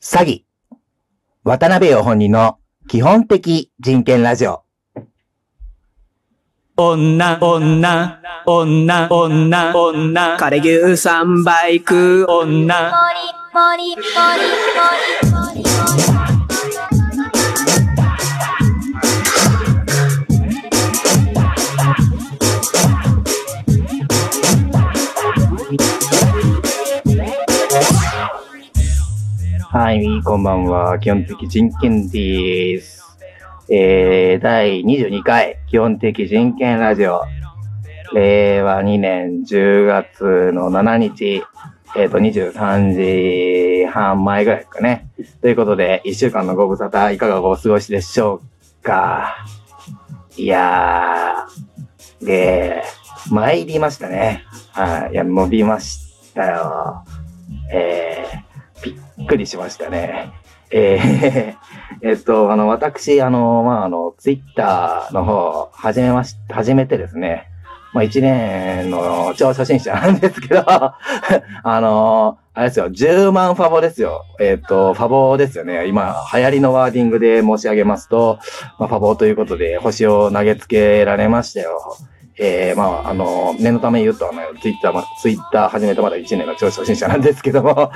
詐欺。渡辺陽本人の基本的人権ラジオ。 女、女、女、女、女、カレ牛3倍食う女。 はい、こんばんは。基本的人権です。第22回基本的人権ラジオ。令和2年10月の7日、23時半前ぐらいですかね。ということで、1週間のご無沙汰いかがお過ごしでしょうか。いやー、で、参りましたね。はい、いや、伸びましたよ。びっくりしましたね。私、ツイッターの方、始めてですね、1年の超初心者なんですけど、あれですよ、10万ファボですよ。ファボですよね。今、流行りのワーディングで申し上げますと、ファボということで、星を投げつけられましたよ。念のため言うと、ツイッター始めたまだ1年の超初心者なんですけども、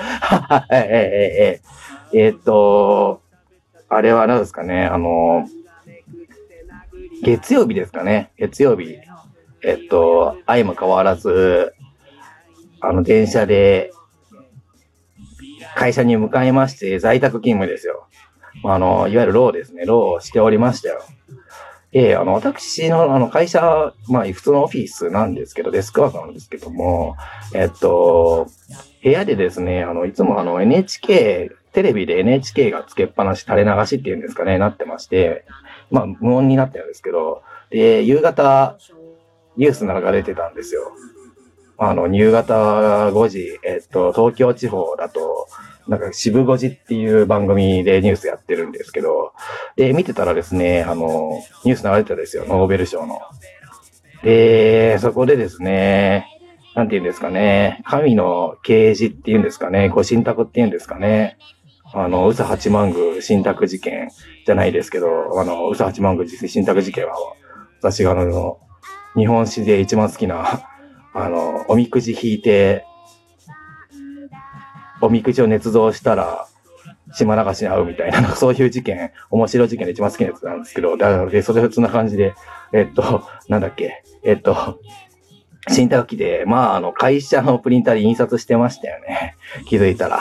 あれは何ですかね、月曜日ですかね、月曜日、相も変わらず、電車で、会社に向かいまして、在宅勤務ですよ。いわゆるローですね、ローをしておりましたよ。私の会社、普通のオフィスなんですけど、デスクワークなんですけども、部屋でですね、いつもNHK、テレビで NHK がつけっぱなし垂れ流しっていうんですかね、なってまして、無音になってるんですけど、で、夕方、ニュースなんか出てたんですよ。夕方5時、東京地方だと、なんか渋5時っていう番組でニュースやってるんですけど、で、見てたらですね、ニュース流れてたんですよ、ノーベル賞の。で、そこでですね、なんていうんですかね、神の啓示っていうんですかね、ご神託っていうんですかね、宇佐八幡宮神託事件じゃないですけど、宇佐八幡宮神託事件は、私が日本史で一番好きな、おみくじ引いて、おみくじを捏造したら、島流しに会うみたいな、そういう事件、面白い事件で一番好きなやつなんですけど、だからで、それそんな感じで、なんだっけ、新宅機で、会社のプリンターで印刷してましたよね。気づいたら。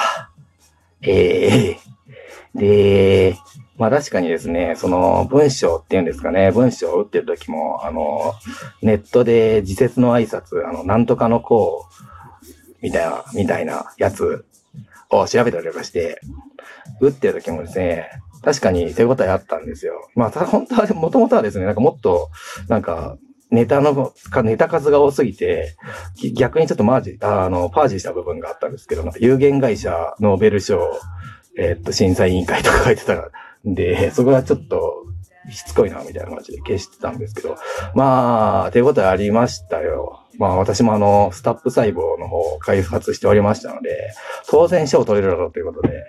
で、確かにですね、その文章っていうんですかね、文章を打ってる時も、ネットで時節の挨拶、なんとかのこう、みたいなやつを調べたりとかして、打ってる時もですね、確かに手応えあったんですよ。本当は、もともとはですね、もっと、ネタ数が多すぎて、逆にちょっとパージした部分があったんですけど、有限会社ノーベル賞、審査委員会とか書いてたんで、そこはちょっと、しつこいな、みたいな感じで消してたんですけど、手応えありましたよ。私もスタップ細胞の方を開発しておりましたので、当然賞を取れるだろうということで、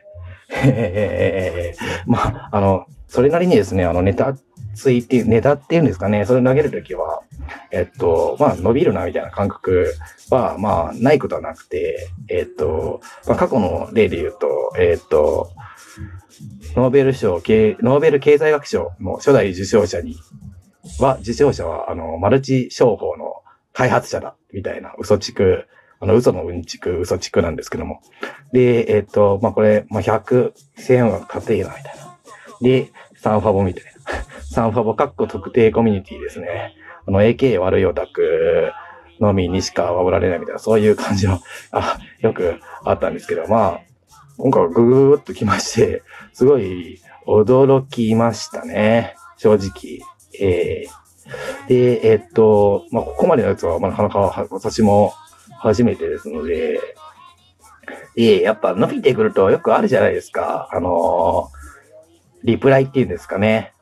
それなりにですね、ネタっていうんですかね、それ投げるときは、伸びるなみたいな感覚は、ないことはなくて、過去の例で言うと、ノーベル経済学賞の初代受賞者は、マルチ商法の開発者だ、みたいな嘘のうんちく、嘘ちくなんですけども。で、これ、100、1000は稼いだみたいな。で、サンファボみたいな。サンファボ特定コミュニティですね。AK 悪いオタクのみにしかおられないみたいな、そういう感じの、よくあったんですけど、今回はぐーっと来まして、すごい驚きましたね。正直。で、ここまでのやつは、なかなか私も初めてですので、やっぱ伸びてくるとよくあるじゃないですか。リプライっていうんですかね。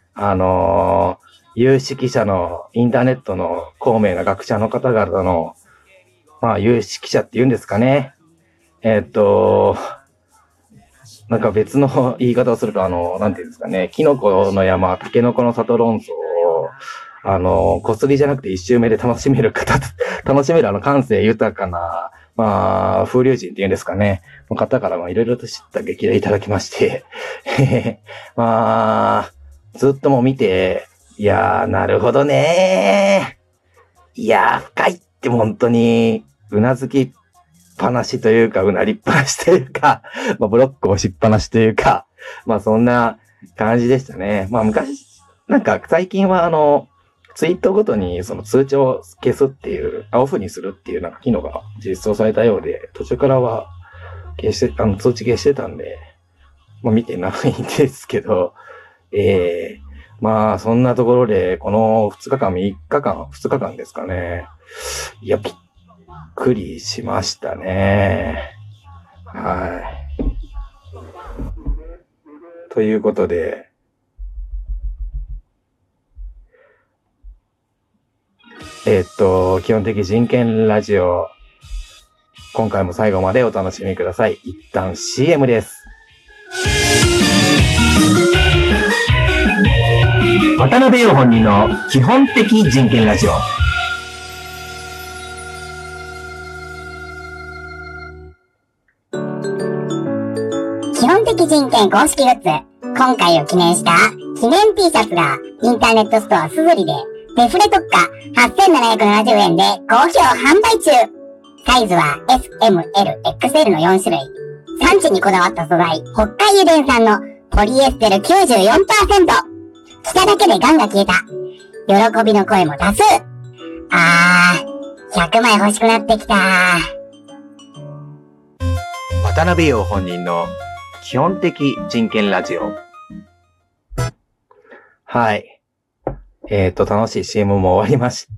有識者のインターネットの高名な学者の方々の、有識者っていうんですかね。 なんか別の言い方をすると、なんていうんですかね、キノコの山、タケノコの里論争を、こすりじゃなくて一周目で楽しめる楽しめる感性豊かな、まあ、風流人っていうんですかね、の方からいろいろと知った激励いただきまして、まあ、ずっともう見て、いやー、なるほどねー。いやー、深いって本当に、うなずきっぱなしというか、うなりっぱなしというか、まあ、ブロックをしっぱなしというか、まあ、そんな感じでしたね。まあ、昔、なんか最近はツイートごとにその通知を消すっていう、オフにするっていうなんか機能が実装されたようで、途中からは消して、通知消してたんで、まあ見てないんですけど、まあそんなところで、この2日間ですかね。いや、びっくりしましたね。はい。ということで、基本的人権ラジオ、今回も最後までお楽しみください。一旦 CM です。渡辺陽本人の基本的人権ラジオ。 基本的人権公式グッズ。今回を記念した記念 T シャツがインターネットストアすずりでデフレ特価8770円で好評販売中。サイズは S、M、L、XL の4種類。産地にこだわった素材、北海油田産のポリエステル 94%。着ただけでガンが消えた。喜びの声も多数。100枚欲しくなってきた。 渡辺陽本人の基本的人権ラジオ。はい。楽しい CM も終わりまして、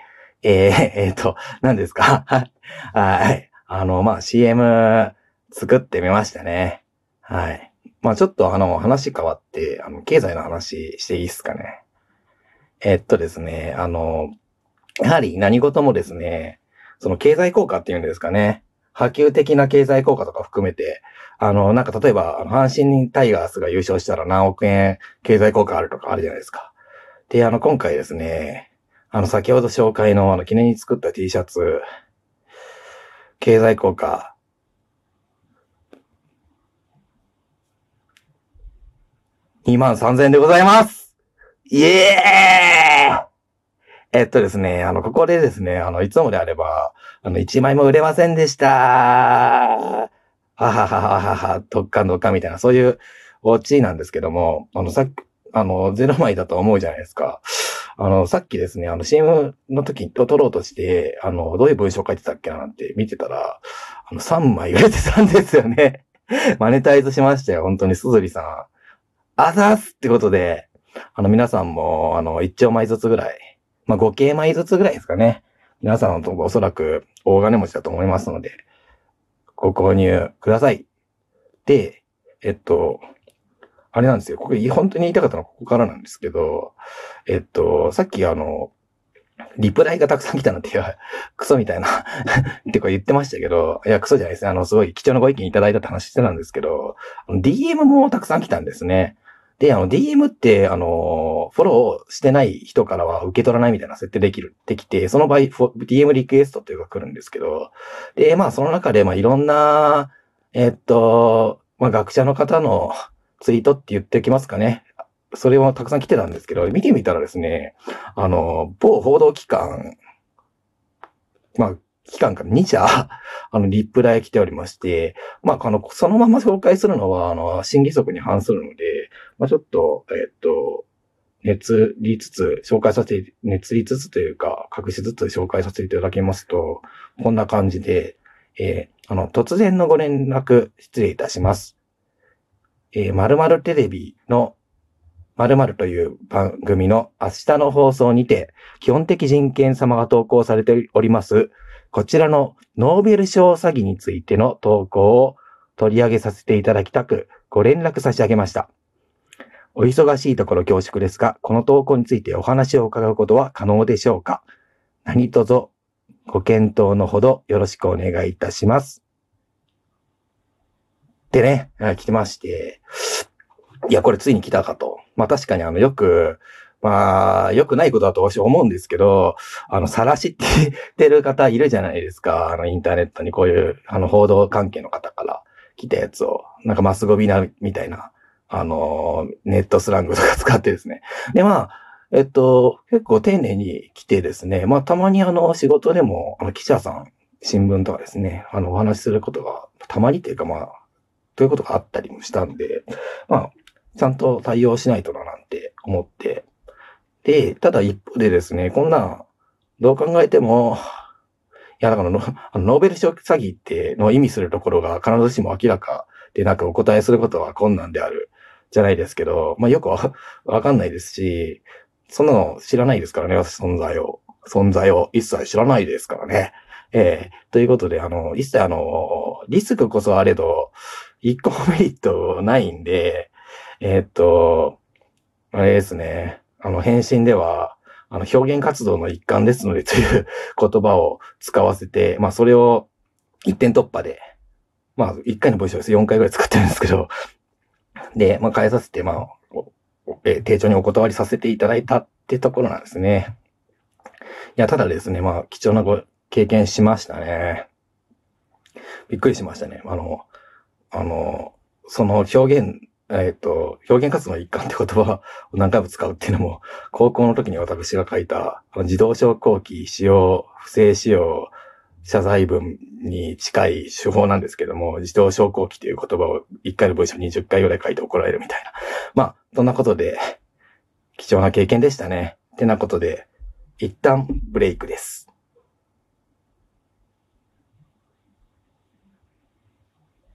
何ですかはい。まあ、CM 作ってみましたね。はい。まあ、ちょっと話変わって、経済の話していいですかね。ですね、やはり何事もですね、その経済効果っていうんですかね。波及的な経済効果とか含めて、なんか例えば、阪神タイガースが優勝したら何億円経済効果あるとかあるじゃないですか。で、今回ですね、先ほど紹介の記念に作った T シャツ、経済効果、23,000円でございます。イエーイですね、ここでですね、いつもであれば、1枚も売れませんでした。はははははは、どっかんどっかんみたいな、そういうオチなんですけども、さっき、0枚だと思うじゃないですか。さっきですね、CM の時に撮ろうとして、どういう文章書いてたっけななんて見てたら、3枚売れてたんですよね。マネタイズしましたよ、本当に、すずりさん。あざーすってことで、皆さんも、1兆枚ずつぐらい、まあ、5京枚ずつぐらいですかね。皆さんのとこおそらく大金持ちだと思いますので、ご購入ください。で、あれなんですよ。ここ、本当に言いたかったのはここからなんですけど、さっきリプライがたくさん来たなんて、クソみたいなって言ってましたけど、いや、クソじゃないですね。すごい貴重なご意見いただいたって話してたんですけど、DM もたくさん来たんですね。で、DM って、フォローしてない人からは受け取らないみたいな設定できて、その場合、DM リクエストっていうのが来るんですけど、で、まあ、その中で、まあ、いろんな、まあ、学者の方のツイートって言ってきますかね。それもたくさん来てたんですけど、見てみたらですね、某報道機関、まあ、機関から2社、リプライ来ておりまして、まあ、そのまま紹介するのは、審議則に反するので、まあ、ちょっと、熱りつつというか、隠しつつ紹介させていただきますと、こんな感じで、突然のご連絡失礼いたします。〇〇テレビの〇〇という番組の明日の放送にて、基本的人権様が投稿されております、こちらのノーベル賞詐欺についての投稿を取り上げさせていただきたく、ご連絡差し上げました。お忙しいところ恐縮ですが、この投稿についてお話を伺うことは可能でしょうか。何卒ご検討のほどよろしくお願いいたします。 でね、来てまして、いや、これついに来たかと。まあ確かによくないことだと私思うんですけど、晒してる方いるじゃないですか。インターネットにこういう、報道関係の方から来たやつを、なんかマスゴビナみたいな、ネットスラングとか使ってですね。で、結構丁寧に来てですね、たまに仕事でも、記者さん、新聞とかですね、お話しすることが、たまにっていうかということがあったりもしたんで、ちゃんと対応しないとななんて思って。で、ただ一方でですね、こんな、どう考えても、いや、だからノーベル賞詐欺っての意味するところが必ずしも明らかでなくお答えすることは困難であるじゃないですけど、よくわかんないですし、そんなの知らないですからね、私存在を一切知らないですからね。ということで、一切リスクこそあれど、一個もメリットないんで、あれですね、返信では、表現活動の一環ですのでという言葉を使わせて、それを一点突破で、一回の文章です。4回ぐらい使ってるんですけど、で、変えさせて、丁重にお断りさせていただいたってところなんですね。いや、ただですね、貴重な経験しましたね。びっくりしましたね。その表現活動の一環って言葉を何回も使うっていうのも、高校の時に私が書いた、自動昇降機使用、不正使用、謝罪文に近い手法なんですけども、自動昇降機という言葉を1回の文章20回ぐらい書いて怒られるみたいな。そんなことで、貴重な経験でしたね。ってなことで、一旦ブレイクです。